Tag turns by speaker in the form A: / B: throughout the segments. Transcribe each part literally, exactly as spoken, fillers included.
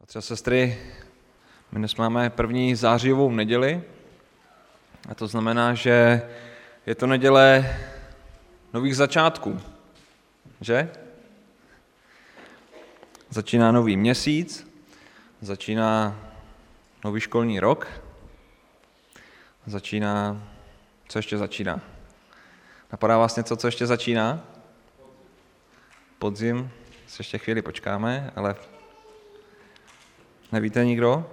A: Bratři a sestry, my dnes máme první zářijovou neděli a to znamená, že je to neděle nových začátků, že? Začíná nový měsíc, začíná nový školní rok, začíná, co ještě začíná? Napadá vás něco, co ještě začíná? Podzim, si ještě chvíli počkáme, ale nevíte nikdo?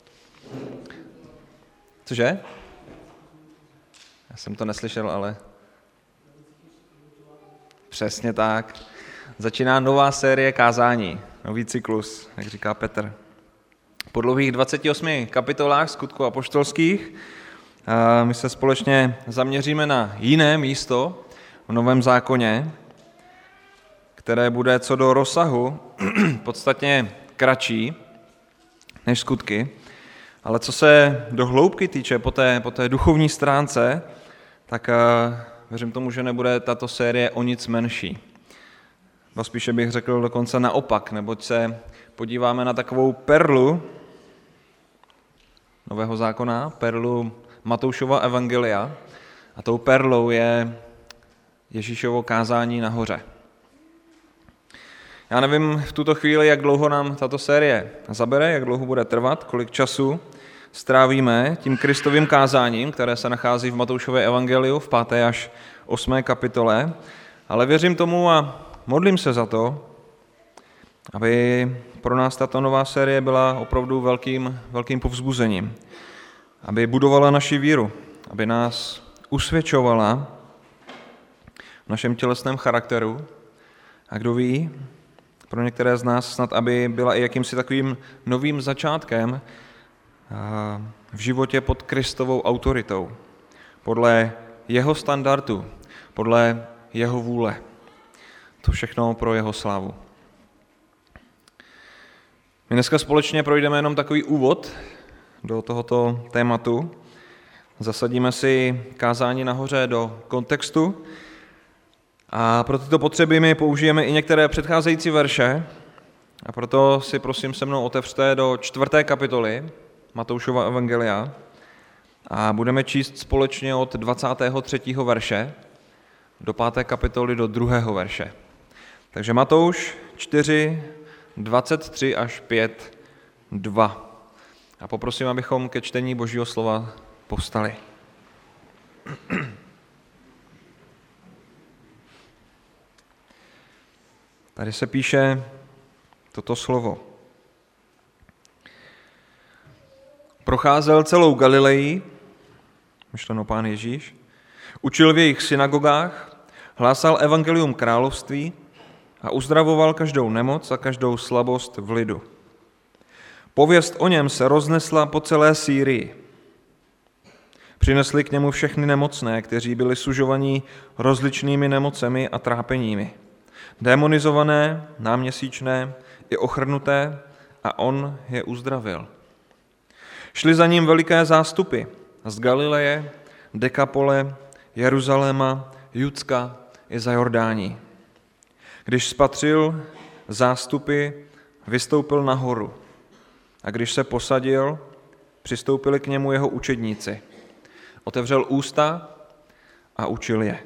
A: Cože? Já jsem to neslyšel, ale... Přesně tak. Začíná nová série kázání, nový cyklus, jak říká Petr. Po dlouhých dvaceti osmi kapitolách Skutků apoštolských my se společně zaměříme na jiné místo v Novém zákoně, které bude co do rozsahu podstatně kratší než Skutky, ale co se do hloubky týče po té, po té duchovní stránce, tak uh, věřím tomu, že nebude tato série o nic menší. Bo spíše bych řekl dokonce naopak, neboť se podíváme na takovou perlu Nového zákona, perlu Matoušova evangelia, a tou perlou je Ježíšovo kázání nahoře. Já nevím v tuto chvíli, jak dlouho nám tato série zabere, jak dlouho bude trvat, kolik času strávíme tím Kristovým kázáním, které se nachází v Matoušově evangeliu v páté až osmé kapitole, ale věřím tomu a modlím se za to, aby pro nás tato nová série byla opravdu velkým, velkým povzbuzením, aby budovala naši víru, aby nás usvědčovala v našem tělesném charakteru a kdo ví, pro některé z nás snad, aby byla i jakýmsi takovým novým začátkem v životě pod Kristovou autoritou, podle jeho standardu, podle jeho vůle. To všechno pro jeho slávu. My dneska společně projdeme jenom takový úvod do tohoto tématu. Zasadíme si kázání nahoře do kontextu a pro tyto potřeby my použijeme i některé předcházející verše a proto si prosím se mnou otevřte do čtvrté kapitoly Matoušova evangelia a budeme číst společně od dvacátého třetího verše do páté kapitoly do druhého verše. Takže Matouš čtyři, dvacet tři až pět, dva. A poprosím, abychom ke čtení Božího slova povstali. Tady se píše toto slovo. Procházel celou Galileji, myšleno Pán Ježíš, učil v jejich synagogách, hlásal evangelium království a uzdravoval každou nemoc a každou slabost v lidu. Pověst o něm se roznesla po celé Sýrii. Přinesli k němu všechny nemocné, kteří byli sužovaní rozličnými nemocemi a trápeními. Démonizované, náměsíčné i ochrnuté, a on je uzdravil. Šli za ním veliké zástupy z Galileje, Dekapole, Jeruzaléma, Judska i za Jordání. Když spatřil zástupy, vystoupil nahoru a když se posadil, přistoupili k němu jeho učedníci. Otevřel ústa a učil je.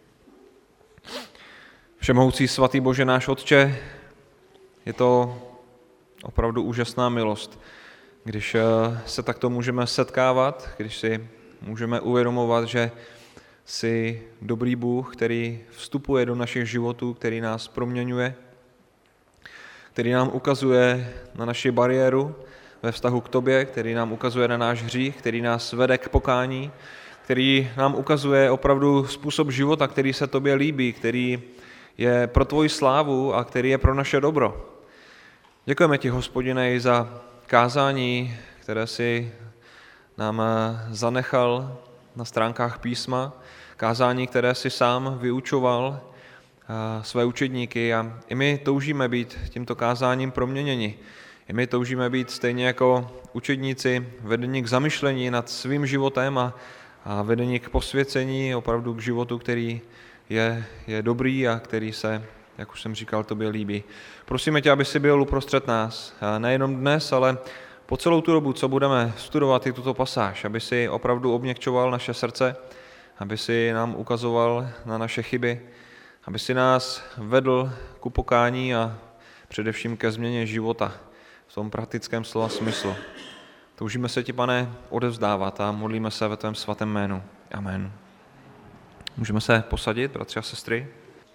A: Všemohoucí svatý Bože náš Otče, je to opravdu úžasná milost, když se takto můžeme setkávat, když si můžeme uvědomovat, že jsi dobrý Bůh, který vstupuje do našich životů, který nás proměňuje, který nám ukazuje na naši bariéru ve vztahu k tobě, který nám ukazuje na náš hřích, který nás vede k pokání, který nám ukazuje opravdu způsob života, který se tobě líbí, který je pro tvoji slávu a který je pro naše dobro. Děkujeme ti, Hospodine, i za kázání, které jsi nám zanechal na stránkách písma, kázání, které jsi sám vyučoval své učedníky a i my toužíme být tímto kázáním proměněni. I my toužíme být stejně jako učedníci vedení k zamyšlení nad svým životem a, a vedení k posvěcení, opravdu k životu, který je, je dobrý a který se jak už jsem říkal, tobě líbí. Prosíme tě, aby jsi byl uprostřed nás, nejenom dnes, ale po celou tu dobu, co budeme studovat i tuto pasáž, aby si opravdu obměkčoval naše srdce, aby si nám ukazoval na naše chyby, aby si nás vedl ku pokání a především ke změně života v tom praktickém slova smyslu. Toužíme se ti, Pane, odevzdávat a modlíme se ve tvém svatém jménu. Amen. Můžeme se posadit, bratři a sestry?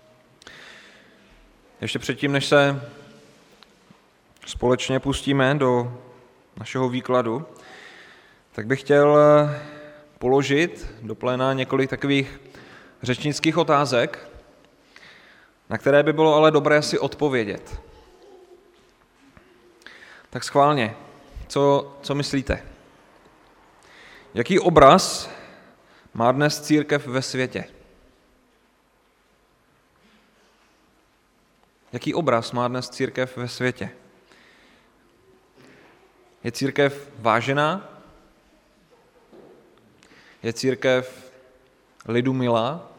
A: Ještě předtím, než se společně pustíme do našeho výkladu, tak bych chtěl položit do pléna několik takových řečnických otázek, na které by bylo ale dobré si odpovědět. Tak schválně, co, co myslíte? Jaký obraz má dnes církev ve světě? Jaký obraz má dnes církev ve světě? Je církev vážená? Je církev lidumilá?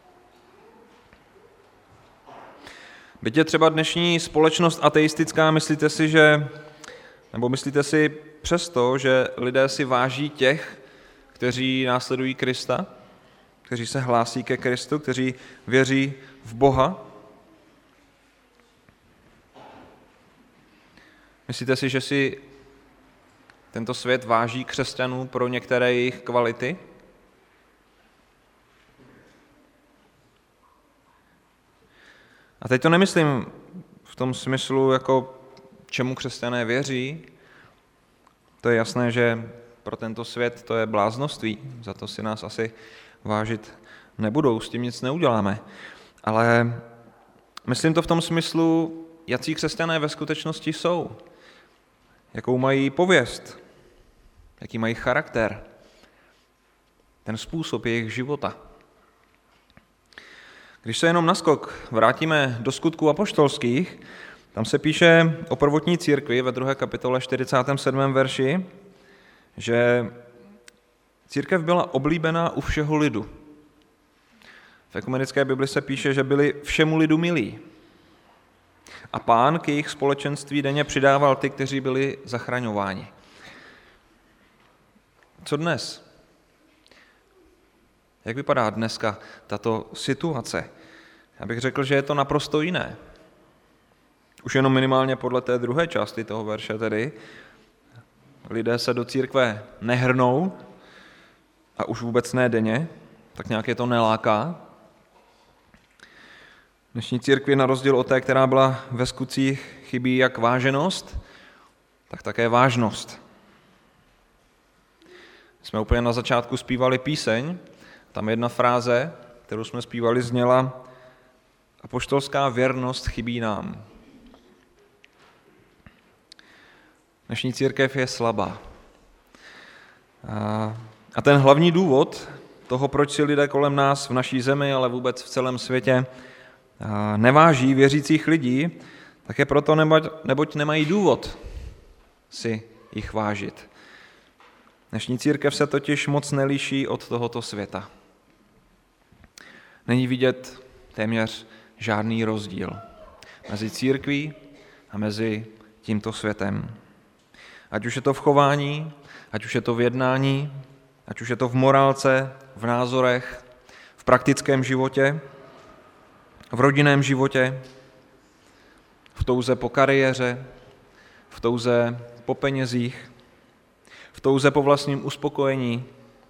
A: Byť je třeba dnešní společnost ateistická, myslíte si, že, nebo myslíte si přesto, že lidé si váží těch, kteří následují Krista, kteří se hlásí ke Kristu, kteří věří v Boha? Myslíte si, že si tento svět váží křesťanů pro některé jejich kvality? A teď to nemyslím v tom smyslu, jako čemu křesťané věří. To je jasné, že pro tento svět to je bláznoství, za to si nás asi vážit nebudou, s tím nic neuděláme. Ale myslím to v tom smyslu, jací křesťané ve skutečnosti jsou, jakou mají pověst, jaký mají charakter, ten způsob jejich života. Když se jenom naskok vrátíme do Skutků apoštolských, tam se píše o prvotní církvi ve druhé kapitole čtyřicátém sedmém verši, že církev byla oblíbená u všeho lidu. V ekumenické Bibli se píše, že byli všemu lidu milí. A Pán k jejich společenství denně přidával ty, kteří byli zachraňováni. Co dnes? Jak vypadá dneska tato situace? Já bych řekl, že je to naprosto jiné. Už jenom minimálně podle té druhé části toho verše tedy. Lidé se do církve nehrnou a už vůbec ne denně, tak nějak je to neláká. Dnešní církvi na rozdíl od té, která byla ve skutcích, chybí jak váženost, tak také vážnost. Jsme úplně na začátku zpívali píseň, tam jedna fráze, kterou jsme zpívali, zněla: apoštolská věrnost chybí nám. Dnešní církev je slabá. A ten hlavní důvod toho, proč si lidé kolem nás v naší zemi, ale vůbec v celém světě neváží věřících lidí, tak je proto, neboť, neboť nemají důvod si jich vážit. Dnešní církev se totiž moc neliší od tohoto světa. Není vidět téměř žádný rozdíl mezi církví a mezi tímto světem. Ať už je to v chování, ať už je to v jednání, ať už je to v morálce, v názorech, v praktickém životě, v rodinném životě, v touze po kariéře, v touze po penězích, v touze po vlastním uspokojení.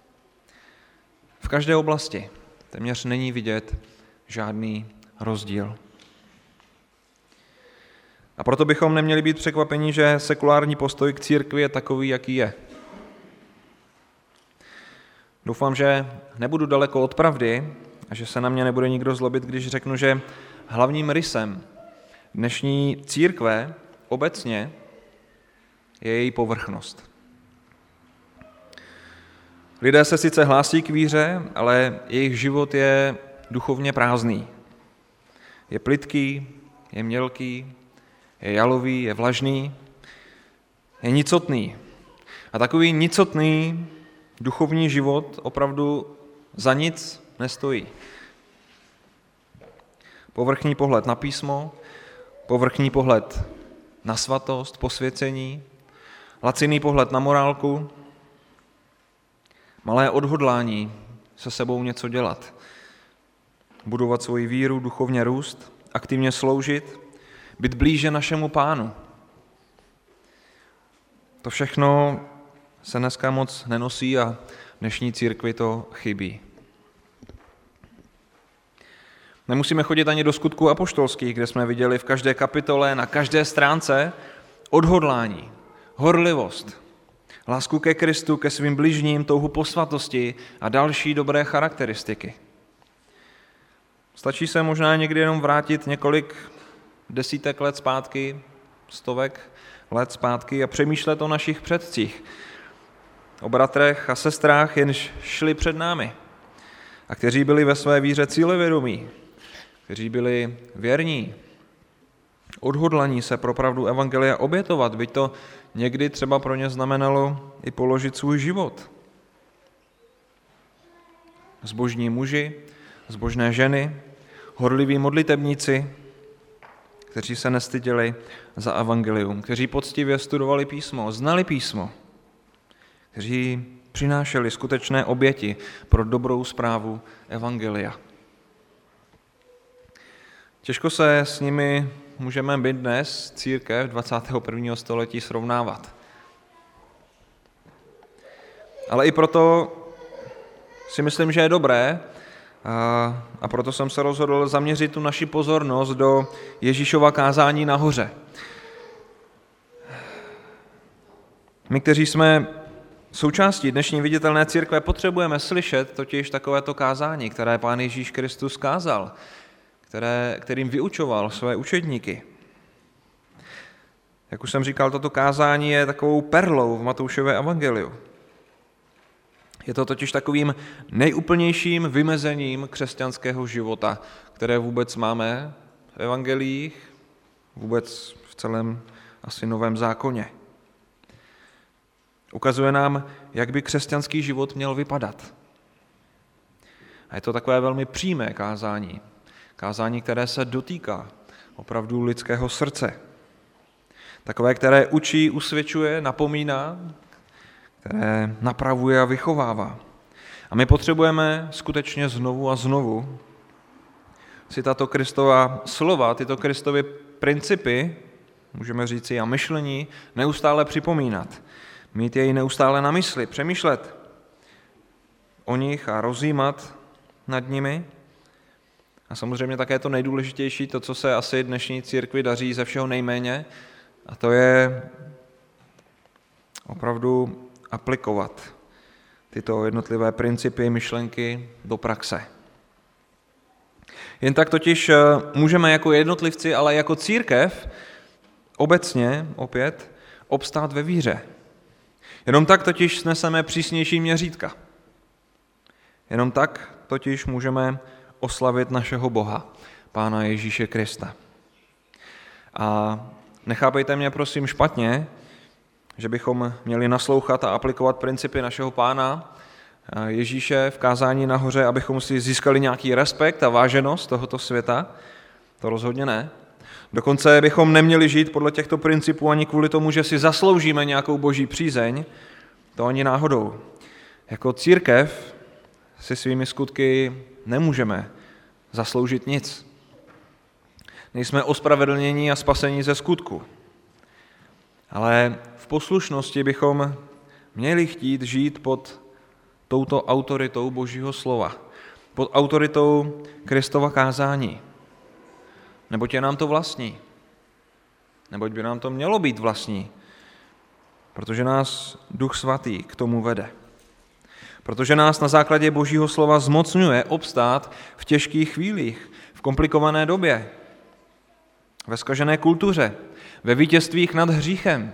A: V každé oblasti téměř není vidět žádný rozdíl. A proto bychom neměli být překvapeni, že sekulární postoj k církvi je takový, jaký je. Doufám, že nebudu daleko od pravdy a že se na mě nebude nikdo zlobit, když řeknu, že hlavním rysem dnešní církve obecně je její povrchnost. Lidé se sice hlásí k víře, ale jejich život je duchovně prázdný. Je plytký, je mělký, je jalový, je vlažný, je nicotný. A takový nicotný duchovní život opravdu za nic nestojí. Povrchní pohled na písmo, povrchní pohled na svatost, posvěcení, laciný pohled na morálku, malé odhodlání se sebou něco dělat, budovat svoji víru, duchovně růst, aktivně sloužit, být blíže našemu Pánu. To všechno se dneska moc nenosí a dnešní církvi to chybí. Nemusíme chodit ani do Skutků apoštolských, kde jsme viděli v každé kapitole, na každé stránce odhodlání, horlivost, lásku ke Kristu, ke svým bližním, touhu po svatosti a další dobré charakteristiky. Stačí se možná někdy jenom vrátit několik desítek let zpátky, stovek let zpátky a přemýšlet o našich předcích, o bratrech a sestrách, jenž šli před námi a kteří byli ve své víře cílevědomí, kteří byli věrní, odhodlaní se pro pravdu evangelia obětovat, byť to někdy třeba pro ně znamenalo i položit svůj život. Zbožní muži, zbožné ženy, horliví modlitebníci, kteří se nestyděli za evangelium, kteří poctivě studovali písmo, znali písmo, kteří přinášeli skutečné oběti pro dobrou zprávu evangelia. Těžko se s nimi můžeme být dnes, církev dvacátého prvního století, srovnávat. Ale i proto si myslím, že je dobré, a, a proto jsem se rozhodl zaměřit tu naši pozornost do Ježíšova kázání nahoře. My, kteří jsme součástí dnešní viditelné církve, potřebujeme slyšet totiž takovéto kázání, které Pán Ježíš Kristus kázal, které, kterým vyučoval své učedníky. Jak už jsem říkal, toto kázání je takovou perlou v Matoušově evangeliu. Je to totiž takovým nejúplnějším vymezením křesťanského života, které vůbec máme v evangeliích, vůbec v celém asi Novém zákoně. Ukazuje nám, jak by křesťanský život měl vypadat. A je to takové velmi přímé kázání. Kázání, které se dotýká opravdu lidského srdce. Takové, které učí, usvědčuje, napomíná, které napravuje a vychovává. A my potřebujeme skutečně znovu a znovu si tato Kristova slova, tyto Kristovy principy, můžeme říci, a myšlení neustále připomínat. Mít jej neustále na mysli, přemýšlet o nich a rozjímat nad nimi. A samozřejmě také to nejdůležitější, to, co se asi dnešní církvi daří ze všeho nejméně, a to je opravdu aplikovat tyto jednotlivé principy, myšlenky do praxe. Jen tak totiž můžeme jako jednotlivci, ale jako církev obecně opět obstát ve víře. Jenom tak totiž sneseme přísnější měřítka. Jenom tak totiž můžeme oslavit našeho Boha, Pána Ježíše Krista. A nechápejte mě prosím špatně, že bychom měli naslouchat a aplikovat principy našeho Pána Ježíše v kázání nahoře, abychom si získali nějaký respekt a váženost tohoto světa. To rozhodně ne. Dokonce bychom neměli žít podle těchto principů ani kvůli tomu, že si zasloužíme nějakou boží přízeň. To ani náhodou. Jako církev si svými skutky nemůžeme zasloužit nic. Nejsme ospravedlnění a spasení ze skutku. Ale v poslušnosti bychom měli chtít žít pod touto autoritou Božího slova, pod autoritou Kristova kázání. Neboť je nám to vlastní. Neboť by nám to mělo být vlastní, protože nás Duch Svatý k tomu vede. Protože nás na základě Božího slova zmocňuje obstát v těžkých chvílích, v komplikované době, ve zkažené kultuře, ve vítězstvích nad hříchem.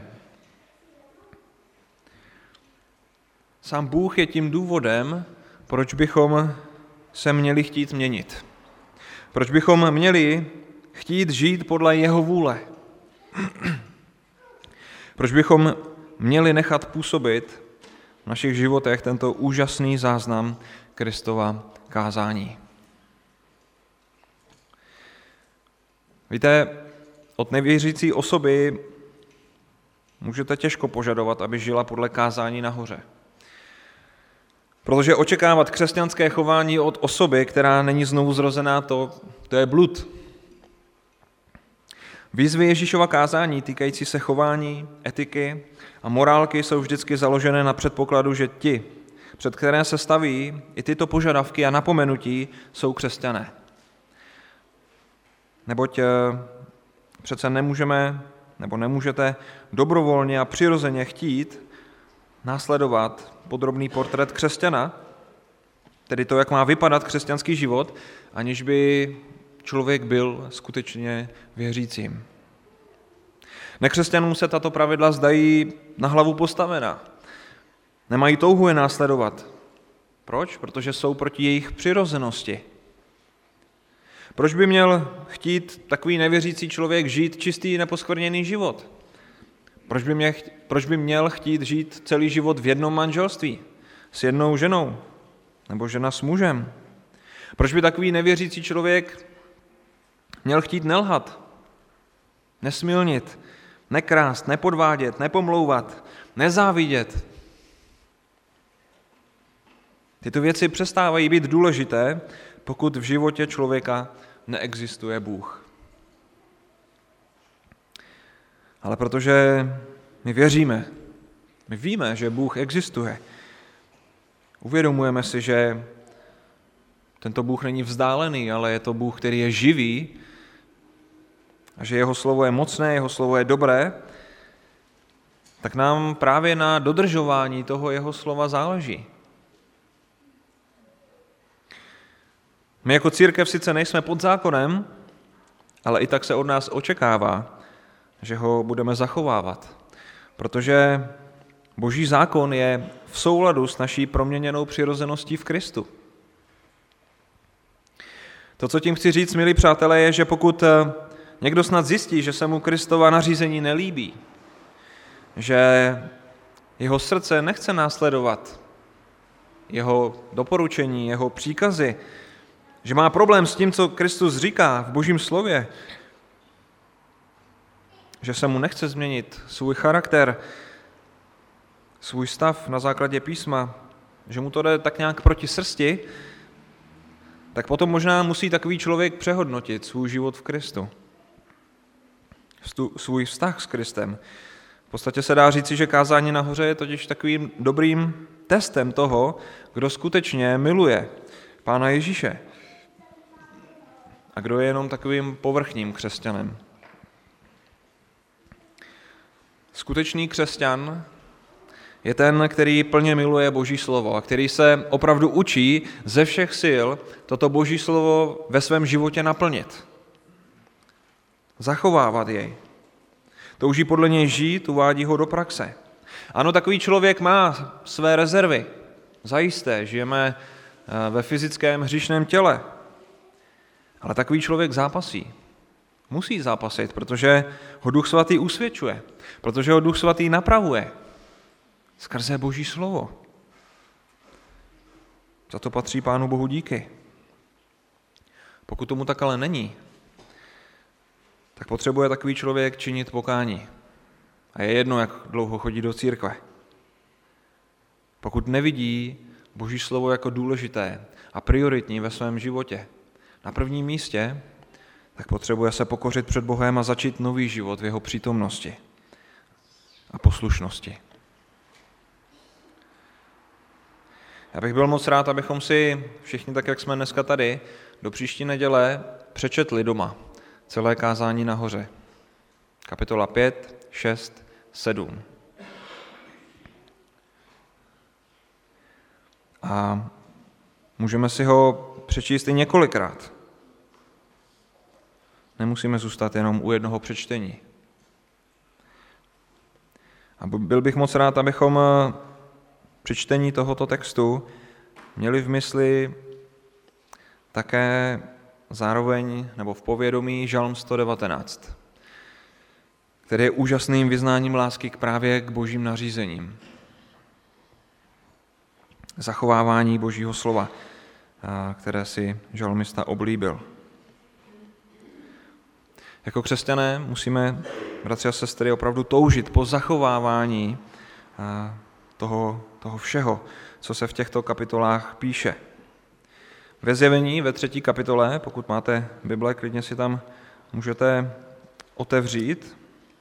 A: Sám Bůh je tím důvodem, proč bychom se měli chtít měnit. Proč bychom měli chtít žít podle jeho vůle. Proč bychom měli nechat působit v našich životech tento úžasný záznam Kristova kázání. Víte, od nevěřící osoby můžete těžko požadovat, aby žila podle kázání nahoře. Protože očekávat křesťanské chování od osoby, která není znovu zrozená, to, to je blud. Výzvy Ježíšova kázání týkající se chování, etiky a morálky jsou vždycky založené na předpokladu, že ti, před které se staví i tyto požadavky a napomenutí, jsou křesťané. Neboť přece nemůžeme, nebo nemůžete dobrovolně a přirozeně chtít následovat podrobný portrét křesťana, tedy to, jak má vypadat křesťanský život, aniž by člověk byl skutečně věřícím. Nekřesťanům se tato pravidla zdají na hlavu postavená. Nemají touhu je následovat. Proč? Protože jsou proti jejich přirozenosti. Proč by měl chtít takový nevěřící člověk žít čistý, neposkvrněný život? Proč by, mě, proč by měl chtít žít celý život v jednom manželství s jednou ženou nebo žena s mužem? Proč by takový nevěřící člověk měl chtít nelhat, nesmilnit, nekrást, nepodvádět, nepomlouvat, nezávidět? Tyto věci přestávají být důležité, pokud v životě člověka neexistuje Bůh. Ale protože my věříme, my víme, že Bůh existuje, uvědomujeme si, že tento Bůh není vzdálený, ale je to Bůh, který je živý a že jeho slovo je mocné, jeho slovo je dobré, tak nám právě na dodržování toho jeho slova záleží. My jako církev sice nejsme pod zákonem, ale i tak se od nás očekává, že ho budeme zachovávat, protože Boží zákon je v souladu s naší proměněnou přirozeností v Kristu. To, co tím chci říct, milí přátelé, je, že pokud někdo snad zjistí, že se mu Kristova nařízení nelíbí, že jeho srdce nechce následovat jeho doporučení, jeho příkazy, že má problém s tím, co Kristus říká v Božím slově, že se mu nechce změnit svůj charakter, svůj stav na základě písma, že mu to jde tak nějak proti srsti, tak potom možná musí takový člověk přehodnotit svůj život v Kristu, svůj vztah s Kristem. V podstatě se dá říci, že kázání nahoře je totiž takovým dobrým testem toho, kdo skutečně miluje Pána Ježíše a kdo je jenom takovým povrchním křesťanem. Skutečný křesťan je ten, který plně miluje Boží slovo a který se opravdu učí ze všech sil toto Boží slovo ve svém životě naplnit. Zachovávat jej. Touží podle něj žít, uvádí ho do praxe. Ano, takový člověk má své rezervy. Zajisté, žijeme ve fyzickém hříšném těle. Ale takový člověk zápasí. Musí zápasit, protože ho Duch Svatý usvědčuje, protože ho Duch Svatý napravuje skrze Boží slovo. Za to patří Pánu Bohu díky. Pokud tomu tak ale není, tak potřebuje takový člověk činit pokání. A je jedno, jak dlouho chodí do církve. Pokud nevidí Boží slovo jako důležité a prioritní ve svém životě, na prvním místě, tak potřebuje se pokořit před Bohem a začít nový život v jeho přítomnosti a poslušnosti. Já bych byl moc rád, abychom si všichni, tak jak jsme dneska tady, do příští neděle přečetli doma celé kázání nahoře. Kapitola pět, šest, sedm. A můžeme si ho přečíst i několikrát. Nemusíme zůstat jenom u jednoho přečtení. A byl bych moc rád, abychom při čtení tohoto textu měli v mysli také zároveň, nebo v povědomí Žalm sto devatenáct, který je úžasným vyznáním lásky k právě k Božím nařízením. Zachovávání Božího slova, které si žalmista oblíbil. Jako křesťané musíme, bratři a sestry, opravdu toužit po zachovávání toho, toho všeho, co se v těchto kapitolách píše. Ve Zjevení, ve třetí kapitole, pokud máte Bible, klidně si tam můžete otevřít.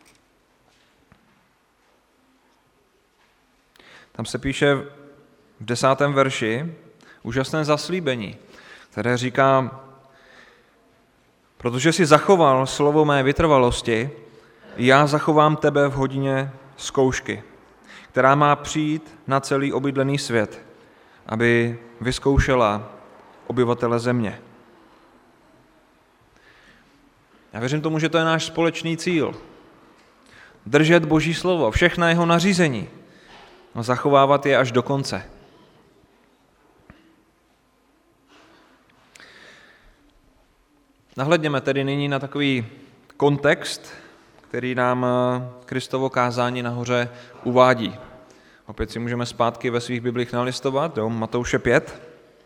A: Tam se píše v desátém verši úžasné zaslíbení, které říká: protože jsi zachoval slovo mé vytrvalosti, já zachovám tebe v hodině zkoušky, která má přijít na celý obydlený svět, aby vyzkoušela obyvatele země. Já věřím tomu, že to je náš společný cíl. Držet Boží slovo, všechna jeho nařízení a zachovávat je až do konce. Nahlédněme tedy nyní na takový kontext, který nám Kristovo kázání nahoře uvádí. Opět si můžeme zpátky ve svých biblích nalistovat do Matouše pět.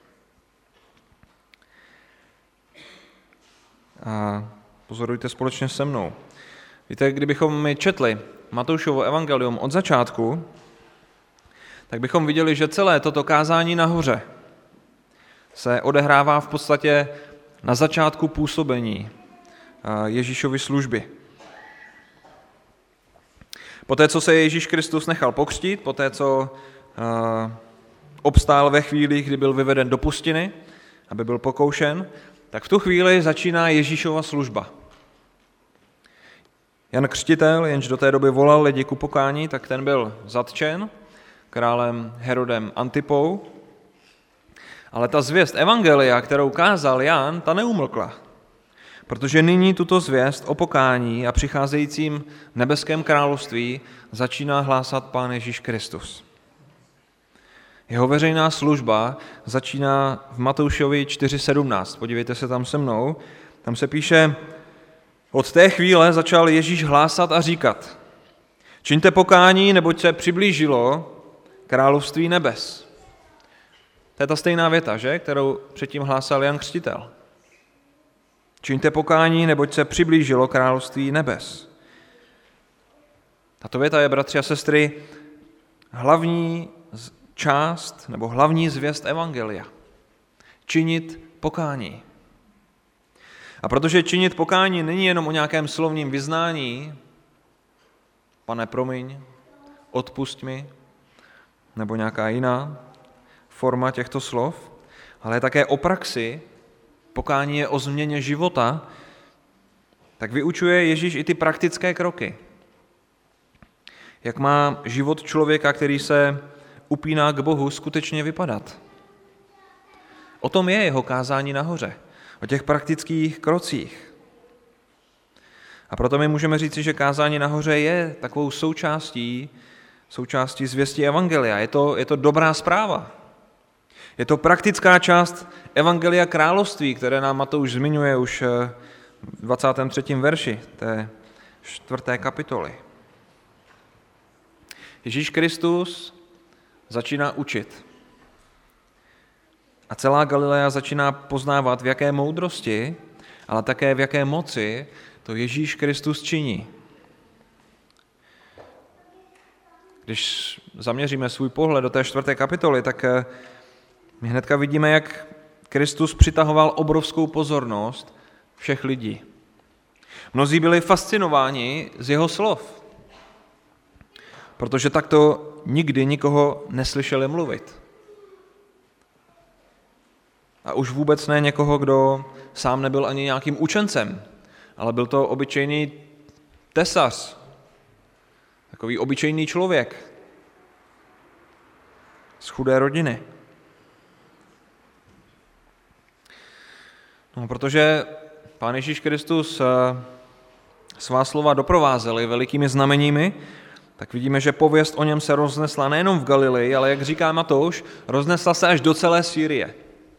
A: A pozorujte společně se mnou. Víte, kdybychom my četli Matoušovo evangelium od začátku, tak bychom viděli, že celé toto kázání nahoře se odehrává v podstatě na začátku působení Ježíšovy služby. Poté, co se Ježíš Kristus nechal pokřtít, poté, co obstál ve chvíli, kdy byl vyveden do pustiny, aby byl pokoušen, tak v tu chvíli začíná Ježíšova služba. Jan Křtitel, jenž do té doby volal lidi ku pokání, tak ten byl zatčen králem Herodem Antipou, ale ta zvěst evangelia, kterou kázal Jan, ta neumlkla, protože nyní tuto zvěst o pokání a přicházejícím nebeském království začíná hlásat Pán Ježíš Kristus. Jeho veřejná služba začíná v Matoušovi čtyři sedmnáct. Podívejte se tam se mnou. Tam se píše: od té chvíle začal Ježíš hlásat a říkat: čiňte pokání, neboť se přiblížilo království nebes. To je ta stejná věta, že? Kterou předtím hlásal Jan Křtitel. Čiňte pokání, neboť se přiblížilo království nebes. Tato věta je, bratři a sestry, hlavní část nebo hlavní zvěst evangelia. Činit pokání. A protože činit pokání není jenom o nějakém slovním vyznání, Pane, promiň, odpusť mi, nebo nějaká jiná forma těchto slov, ale také o praxi, pokání je o změně života, tak vyučuje Ježíš i ty praktické kroky. Jak má život člověka, který se upíná k Bohu, skutečně vypadat. O tom je jeho kázání nahoře, o těch praktických krocích. A proto my můžeme říci, že kázání nahoře je takovou součástí, součástí zvěstí evangelia. Je to, je to dobrá zpráva. Je to praktická část evangelia království, které nám Matouš zmiňuje už v dvacátém třetím verši té čtvrté kapitoly. Ježíš Kristus začíná učit. A celá Galilea začíná poznávat, v jaké moudrosti, ale také v jaké moci to Ježíš Kristus činí. Když zaměříme svůj pohled do té čtvrté kapitoly, tak my hnedka vidíme, jak Kristus přitahoval obrovskou pozornost všech lidí. Mnozí byli fascinováni z jeho slov, protože takto nikdy nikoho neslyšeli mluvit. A už vůbec ne někoho, kdo sám nebyl ani nějakým učencem, ale byl to obyčejný tesař, takový obyčejný člověk z chudé rodiny. No, protože Pán Ježíš Kristus svá slova doprovázeli velikými znameními, tak vidíme, že pověst o něm se roznesla nejenom v Galileji, ale jak říká Matouš, roznesla se až do celé Sýrie.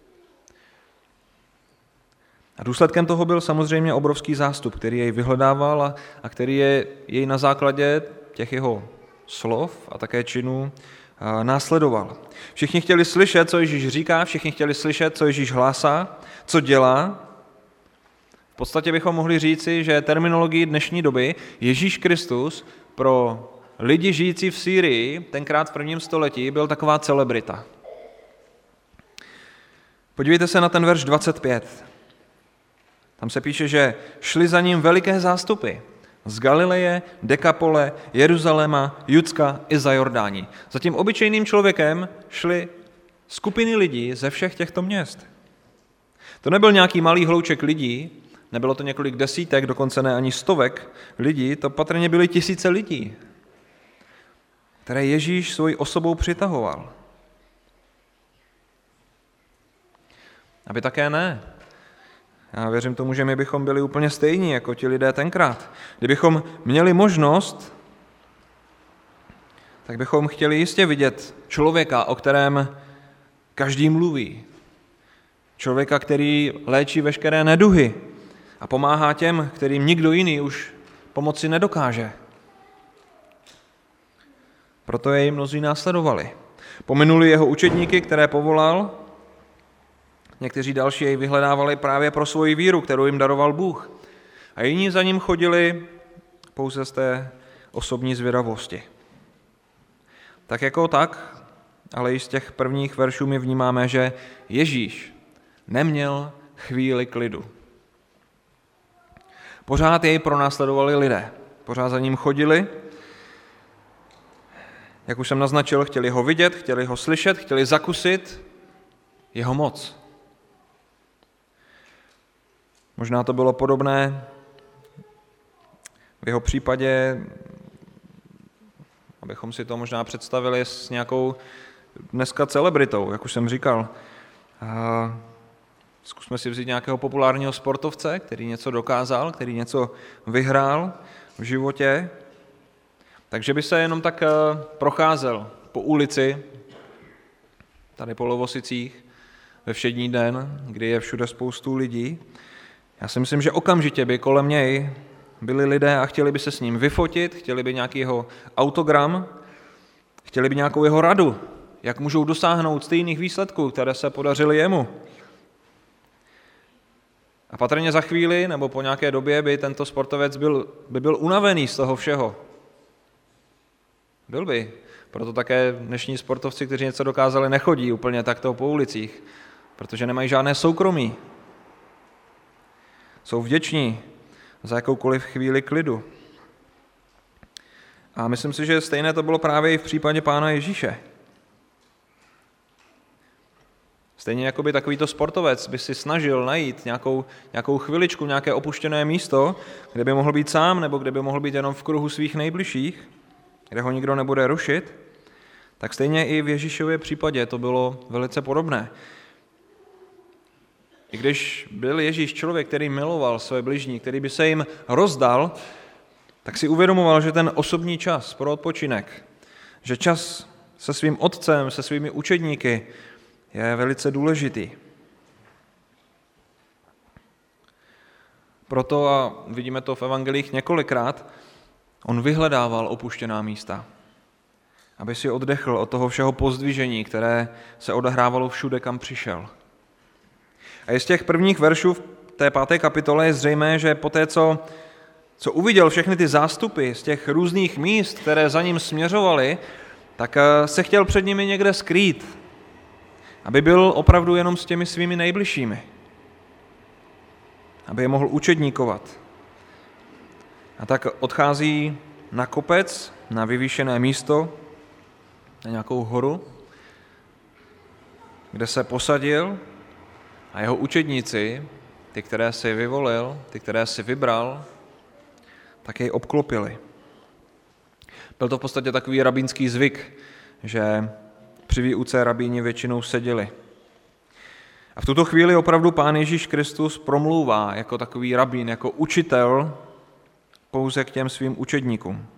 A: A důsledkem toho byl samozřejmě obrovský zástup, který jej vyhledával a, a který je jej na základě těch jeho slov a také činů a, následoval. Všichni chtěli slyšet, co Ježíš říká, všichni chtěli slyšet, co Ježíš hlásá, co dělá. podstatě bychom mohli říci, že terminologii dnešní doby Ježíš Kristus pro lidi žijící v Sýrii tenkrát v prvním století byl taková celebrita. Podívejte se na ten verš dvacet pět. Tam se píše, že šli za ním veliké zástupy z Galileje, Dekapole, Jeruzaléma, Judska i za Jordání. Za tím obyčejným člověkem šly skupiny lidí ze všech těchto měst. To nebyl nějaký malý hlouček lidí, nebylo to několik desítek, dokonce ne ani stovek lidí, to patrně byly tisíce lidí, které Ježíš svojí osobou přitahoval. Aby také ne. Já věřím tomu, že my bychom byli úplně stejní jako ti lidé tenkrát. Kdybychom měli možnost, tak bychom chtěli jistě vidět člověka, o kterém každý mluví. Člověka, který léčí veškeré neduhy a pomáhá těm, kterým nikdo jiný už pomoci nedokáže. Proto jej mnozí následovali. Pominuli jeho učedníky, které povolal. Někteří další jej vyhledávali právě pro svoji víru, kterou jim daroval Bůh. A jiní za ním chodili pouze z té osobní zvědavosti. Tak jako tak, ale i z těch prvních veršů my vnímáme, že Ježíš neměl chvíli klidu. Pořád jej pronásledovali lidé. Pořád za ním chodili. Jak už jsem naznačil, chtěli ho vidět, chtěli ho slyšet, chtěli zakusit jeho moc. Možná to bylo podobné v jeho případě, abychom si to možná představili s nějakou dneska celebritou, jak už jsem říkal. A zkusme si vzít nějakého populárního sportovce, který něco dokázal, který něco vyhrál v životě, takže by se jenom tak procházel po ulici, tady po Lovosicích, ve všední den, kdy je všude spoustu lidí. Já si myslím, že okamžitě by kolem něj byli lidé a chtěli by se s ním vyfotit, chtěli by nějaký jeho autogram, chtěli by nějakou jeho radu, jak můžou dosáhnout stejných výsledků, které se podařily jemu. A patrně za chvíli nebo po nějaké době by tento sportovec byl, by byl unavený z toho všeho. Byl by. Proto také dnešní sportovci, kteří něco dokázali, nechodí úplně takto po ulicích, protože nemají žádné soukromí. Jsou vděční za jakoukoliv chvíli klidu. A myslím si, že stejné to bylo právě i v případě Pána Ježíše. Stejně jako by takovýto sportovec by si snažil najít nějakou, nějakou chviličku, nějaké opuštěné místo, kde by mohl být sám, nebo kde by mohl být jenom v kruhu svých nejbližších, kde ho nikdo nebude rušit, tak stejně i v Ježíšově případě to bylo velice podobné. I když byl Ježíš člověk, který miloval své bližní, který by se jim rozdal, tak si uvědomoval, že ten osobní čas pro odpočinek, že čas se svým otcem, se svými učedníky je velice důležitý. Proto, a vidíme to v evangelích několikrát, on vyhledával opuštěná místa, aby si oddechl od toho všeho pozdvižení, které se odehrávalo všude, kam přišel. A z těch prvních veršů v té páté kapitole je zřejmé, že poté, co, co uviděl všechny ty zástupy z těch různých míst, které za ním směřovaly, tak se chtěl před nimi někde skrýt, aby byl opravdu jenom s těmi svými nejbližšími, aby je mohl učedníkovat. A tak odchází na kopec, na vyvýšené místo, na nějakou horu, kde se posadil a jeho učedníci, ty, které si vyvolil, ty, které si vybral, tak jej obklopili. Byl to v podstatě takový rabínský zvyk, že při výuce rabíni většinou seděli. A v tuto chvíli opravdu Pán Ježíš Kristus promlouvá jako takový rabín, jako učitel pouze k těm svým učedníkům.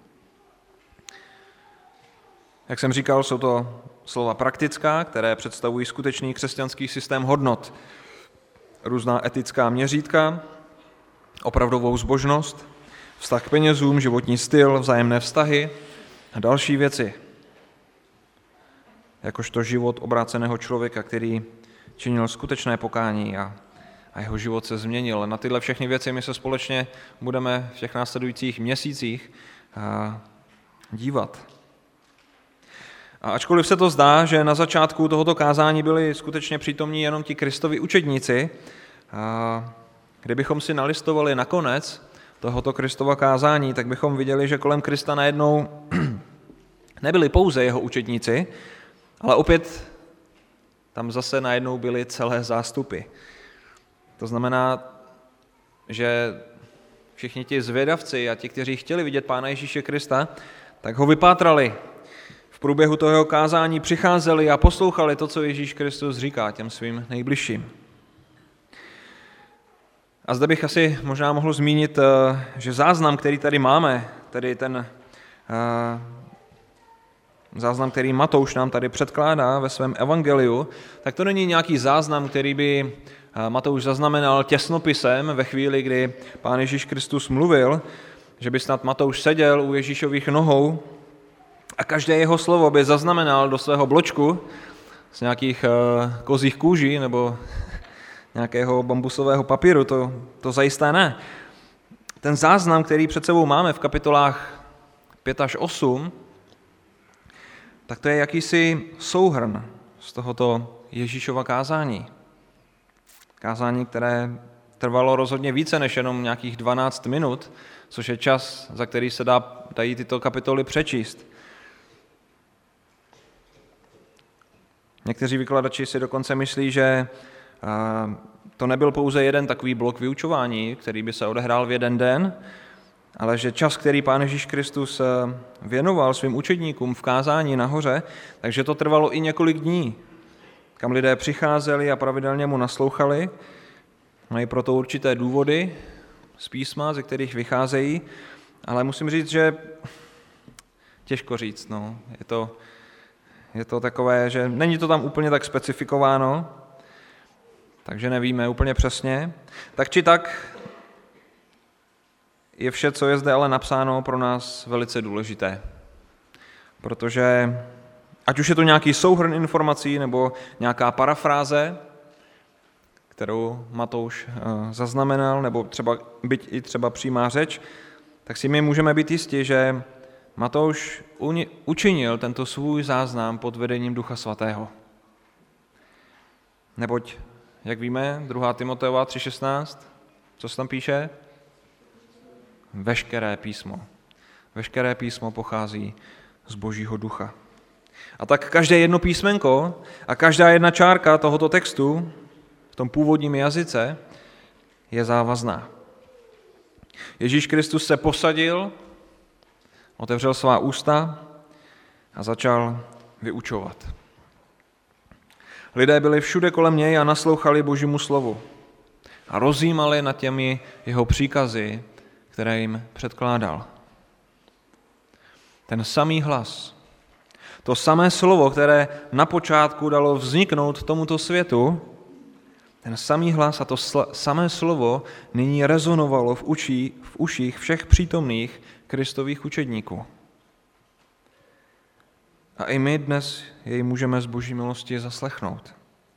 A: Jak jsem říkal, jsou to slova praktická, které představují skutečný křesťanský systém hodnot. Různá etická měřítka, opravdovou zbožnost, vztah k penězům, životní styl, vzájemné vztahy a další věci. Jakožto život obráceného člověka, který činil skutečné pokání a, a a jeho život se změnil. Na tyhle všechny věci my se společně budeme v těch následujících měsících dívat. A ačkoliv se to zdá, že na začátku tohoto kázání byli skutečně přítomní jenom ti Kristovi učedníci, kdybychom si nalistovali nakonec tohoto Kristova kázání, tak bychom viděli, že kolem Krista najednou nebyli pouze jeho učedníci, ale opět tam zase najednou byly celé zástupy. To znamená, že všichni ti zvědavci a ti, kteří chtěli vidět Pána Ježíše Krista, tak ho vypátrali. V průběhu toho kázání přicházeli a poslouchali to, co Ježíš Kristus říká těm svým nejbližším. A zde bych asi možná mohl zmínit, že záznam, který tady máme, tedy ten záznam, který Matouš nám tady předkládá ve svém evangeliu, tak to není nějaký záznam, který by Matouš zaznamenal těsnopisem ve chvíli, kdy Pán Ježíš Kristus mluvil, že by snad Matouš seděl u Ježíšových nohou a každé jeho slovo by zaznamenal do svého bločku z nějakých kozích kůží nebo nějakého bambusového papíru, to, to zajisté ne. Ten záznam, který před sebou máme v kapitolách pět až osm, tak to je jakýsi souhrn z tohoto Ježíšova kázání. Kázání, které trvalo rozhodně více než jenom nějakých dvanáct minut, což je čas, za který se dá, dají tyto kapitoly přečíst. Někteří vykladači si dokonce myslí, že to nebyl pouze jeden takový blok vyučování, který by se odehrál v jeden den, ale že čas, který Pán Ježíš Kristus věnoval svým učedníkům v kázání nahoře, takže to trvalo i několik dní, kam lidé přicházeli a pravidelně mu naslouchali. Mají proto určité důvody z písma, ze kterých vycházejí, ale musím říct, že těžko říct. No. Je to, je to takové, že není to tam úplně tak specifikováno, takže nevíme úplně přesně. Tak či tak je vše, co je zde ale napsáno, pro nás velice důležité. Protože ať už je to nějaký souhrn informací nebo nějaká parafráze, kterou Matouš zaznamenal, nebo třeba, byť i třeba přímá řeč, tak si my můžeme být jistí, že Matouš učinil tento svůj záznam pod vedením Ducha Svatého. Neboť, jak víme, druhá Timoteova tři šestnáct, co se tam píše? Veškeré písmo. Veškeré písmo pochází z Božího ducha. A tak každé jedno písmenko a každá jedna čárka tohoto textu v tom původním jazyce je závazná. Ježíš Kristus se posadil, otevřel svá ústa a začal vyučovat. Lidé byli všude kolem něj a naslouchali Božímu slovu a rozjímali nad těmi jeho příkazy, které jim předkládal. Ten samý hlas, to samé slovo, které na počátku dalo vzniknout tomuto světu, ten samý hlas a to sl- samé slovo nyní rezonovalo v, uší, v uších všech přítomných Kristových učedníků. A i my dnes jej můžeme z Boží milosti zaslechnout.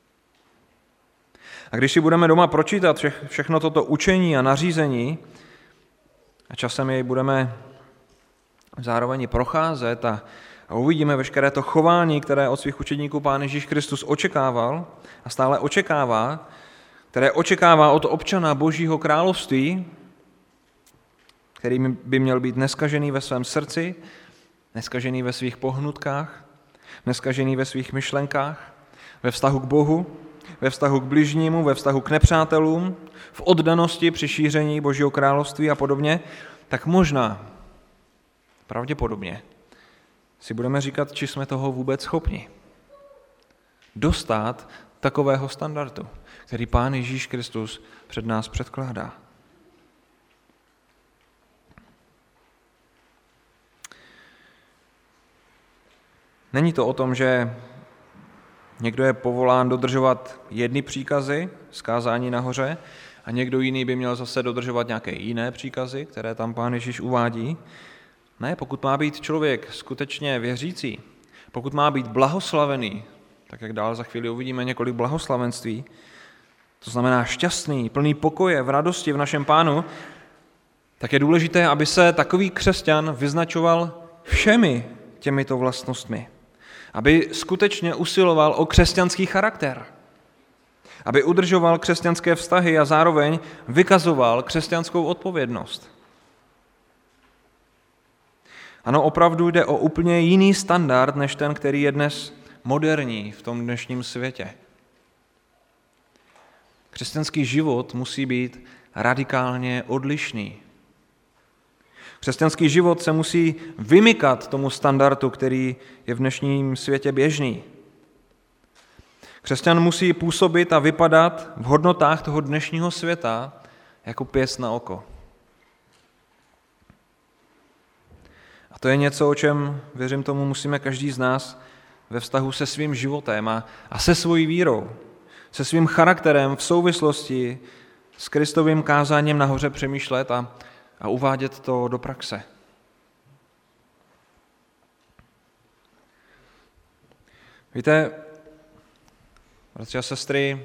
A: A když si budeme doma pročítat vše, všechno toto učení a nařízení a časem jej budeme zároveň procházet a, a uvidíme veškeré to chování, které od svých učedníků Pán Ježíš Kristus očekával a stále očekává, které očekává od občana Božího království, který by měl být neskažený ve svém srdci, neskažený ve svých pohnutkách, neskažený ve svých myšlenkách, ve vztahu k Bohu, ve vztahu k bližnímu, ve vztahu k nepřátelům, v oddanosti při šíření Božího království a podobně, tak možná, pravděpodobně, si budeme říkat, či jsme toho vůbec schopni. Dostát takového standardu, který Pán Ježíš Kristus před nás předkládá. Není to o tom, že někdo je povolán dodržovat jedny příkazy z kázání nahoře a někdo jiný by měl zase dodržovat nějaké jiné příkazy, které tam Pán Ježíš uvádí. Ne, pokud má být člověk skutečně věřící, pokud má být blahoslavený, tak jak dál za chvíli uvidíme několik blahoslavenství, to znamená šťastný, plný pokoje, v radosti v našem Pánu, tak je důležité, aby se takový křesťan vyznačoval všemi těmito vlastnostmi. Aby skutečně usiloval o křesťanský charakter. Aby udržoval křesťanské vztahy a zároveň vykazoval křesťanskou odpovědnost. Ano, opravdu jde o úplně jiný standard, než ten, který je dnes moderní v tom dnešním světě. Křesťanský život musí být radikálně odlišný. Křesťanský život se musí vymykat tomu standardu, který je v dnešním světě běžný. Křesťan musí působit a vypadat v hodnotách toho dnešního světa jako pěst na oko. A to je něco, o čem, věřím tomu, musíme každý z nás ve vztahu se svým životem a, a se svojí vírou, se svým charakterem v souvislosti s Kristovým kázáním nahoře přemýšlet a, a uvádět to do praxe. Víte, bratři a sestry,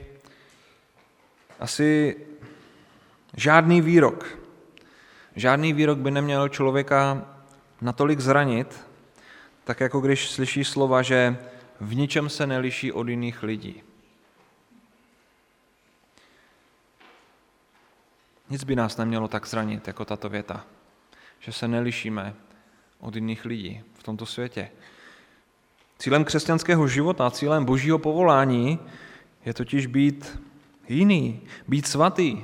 A: asi žádný výrok, žádný výrok by neměl člověka natolik zranit, tak jako když slyší slova, že v ničem se neliší od jiných lidí. Nic by nás nemělo tak zranit, jako tato věta, že se nelišíme od jiných lidí v tomto světě. Cílem křesťanského života, cílem božího povolání je totiž být jiný, být svatý,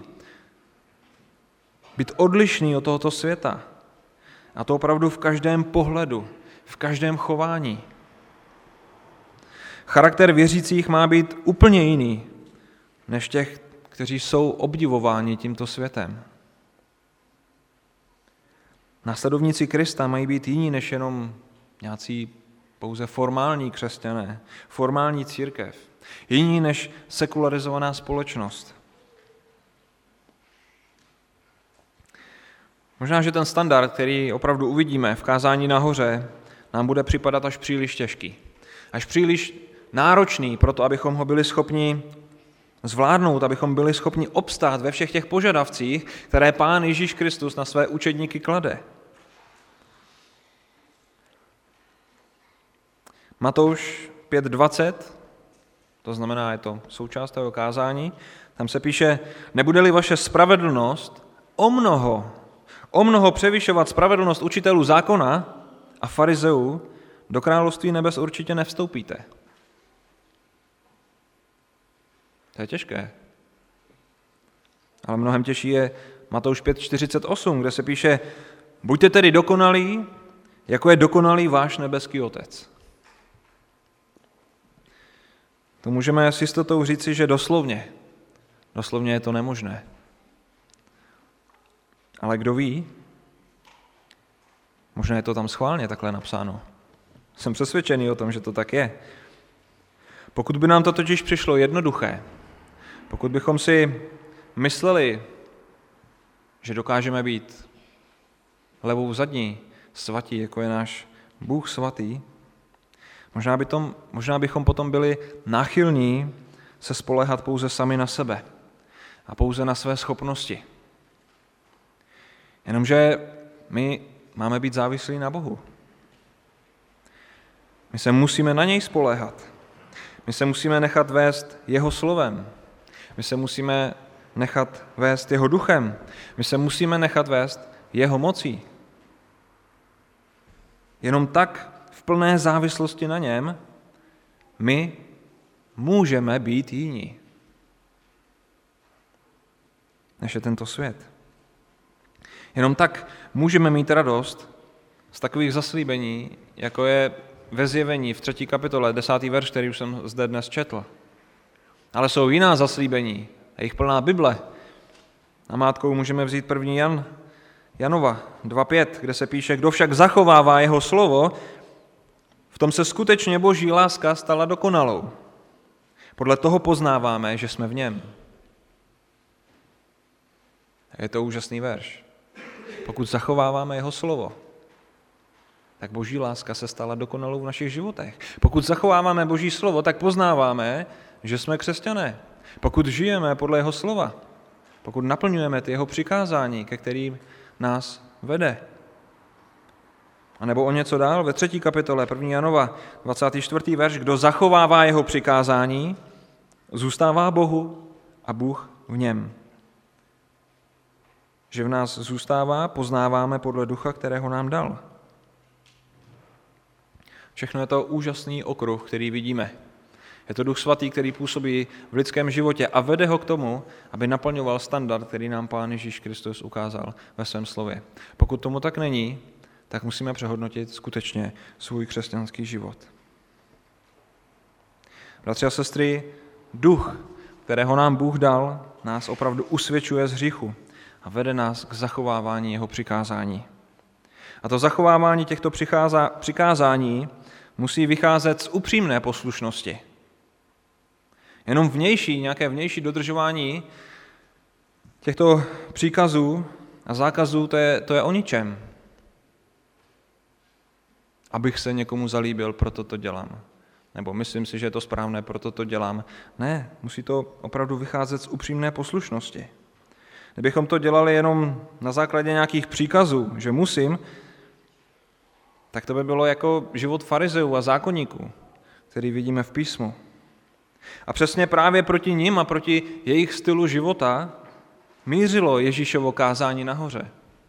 A: být odlišný od tohoto světa. A to opravdu v každém pohledu, v každém chování. Charakter věřících má být úplně jiný než těch, kteří jsou obdivováni tímto světem. Následovníci Krista mají být jiní než jenom nějací pouze formální křesťané, formální církev, jiní než sekularizovaná společnost. Možná, že ten standard, který opravdu uvidíme v kázání nahoře, nám bude připadat až příliš těžký, až příliš náročný pro to, abychom ho byli schopni zvládnout, abychom byli schopni obstát ve všech těch požadavcích, které Pán Ježíš Kristus na své učedníky klade. Matouš pět dvacet, to znamená, je to součást toho kázání, tam se píše, nebude-li vaše spravedlnost o mnoho, o mnoho převyšovat spravedlnost učitelů zákona a farizeů, do království nebes určitě nevstoupíte. To je těžké. Ale mnohem těžší je Matouš pět čtyřicet osm, kde se píše, buďte tedy dokonalí, jako je dokonalý váš nebeský Otec. To můžeme s jistotou říci, že doslovně, doslovně je to nemožné. Ale kdo ví, možná je to tam schválně takhle napsáno. Jsem přesvědčený o tom, že to tak je. Pokud by nám to totiž přišlo jednoduché, pokud bychom si mysleli, že dokážeme být levou zadní svatí, jako je náš Bůh svatý, možná, by tom, možná bychom potom byli náchylní se spoléhat pouze sami na sebe a pouze na své schopnosti. Jenomže my máme být závislí na Bohu. My se musíme na něj spoléhat. My se musíme nechat vést jeho slovem. My se musíme nechat vést jeho duchem. My se musíme nechat vést jeho mocí. Jenom tak v plné závislosti na něm my můžeme být jiní, než je tento svět. Jenom tak můžeme mít radost z takových zaslíbení, jako je ve Zjevení v třetí kapitole, desátý verš, který už jsem zde dnes četl. Ale jsou jiná zaslíbení, je jich plná Bible. Namátkou můžeme vzít první Jan, Janova dva pět, kde se píše, kdo však zachovává jeho slovo, v tom se skutečně boží láska stala dokonalou. Podle toho poznáváme, že jsme v něm. Je to úžasný verš. Pokud zachováváme jeho slovo, tak boží láska se stala dokonalou v našich životech. Pokud zachováváme boží slovo, tak poznáváme, že jsme křesťané. pokud žijeme podle jeho slova, pokud naplňujeme ty jeho přikázání, ke kterým nás vede. A nebo o něco dál ve třetí kapitole první Janova, dvacátý čtvrtý verš, kdo zachovává jeho přikázání, zůstává Bohu a Bůh v něm. Že v nás zůstává, poznáváme podle ducha, kterého nám dal. Všechno je to úžasný okruh, který vidíme. Je to Duch Svatý, který působí v lidském životě a vede ho k tomu, aby naplňoval standard, který nám Pán Ježíš Kristus ukázal ve svém slově. Pokud tomu tak není, tak musíme přehodnotit skutečně svůj křesťanský život. Bratři a sestry, duch, kterého nám Bůh dal, nás opravdu usvědčuje z hříchu a vede nás k zachovávání jeho přikázání. A to zachovávání těchto přikázání musí vycházet z upřímné poslušnosti. Jenom vnější, nějaké vnější dodržování těchto příkazů a zákazů, to je, to je o ničem. Abych se někomu zalíbil, proto to dělám. Nebo myslím si, že je to správné, proto to dělám. Ne, musí to opravdu vycházet z upřímné poslušnosti. Kdybychom to dělali jenom na základě nějakých příkazů, že musím, tak to by bylo jako život farizeů a zákonníků, který vidíme v písmu. A přesně právě proti nim a proti jejich stylu života mířilo Ježíšovo kázání nahoře.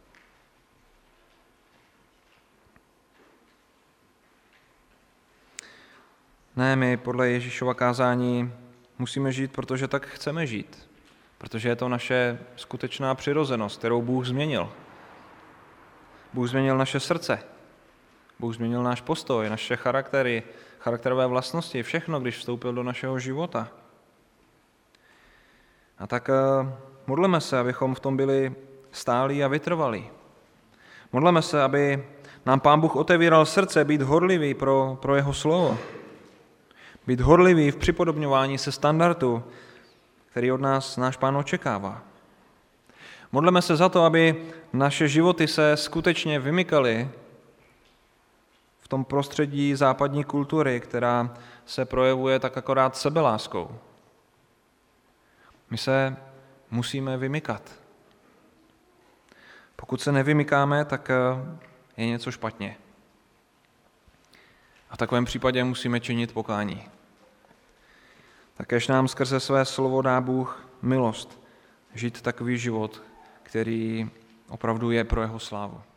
A: Ne, my podle Ježíšova kázání musíme žít, protože tak chceme žít. Protože je to naše skutečná přirozenost, kterou Bůh změnil. Bůh změnil naše srdce. Bůh změnil náš postoj, naše charaktery, charakterové vlastnosti, všechno, když vstoupil do našeho života. A tak modleme se, abychom v tom byli stálí a vytrvalí. Modleme se, aby nám Pán Bůh otevíral srdce, být horlivý pro, pro jeho slovo. Být horlivý v připodobňování se standardu, který od nás náš Pán očekává. Modleme se za to, aby naše životy se skutečně vymykaly v tom prostředí západní kultury, která se projevuje tak akorát sebeláskou. My se musíme vymykat. Pokud se nevymykáme, tak je něco špatně. A v takovém případě musíme činit pokání. Takéž nám skrze své slovo dá Bůh milost žít takový život, který opravdu je pro jeho slávu.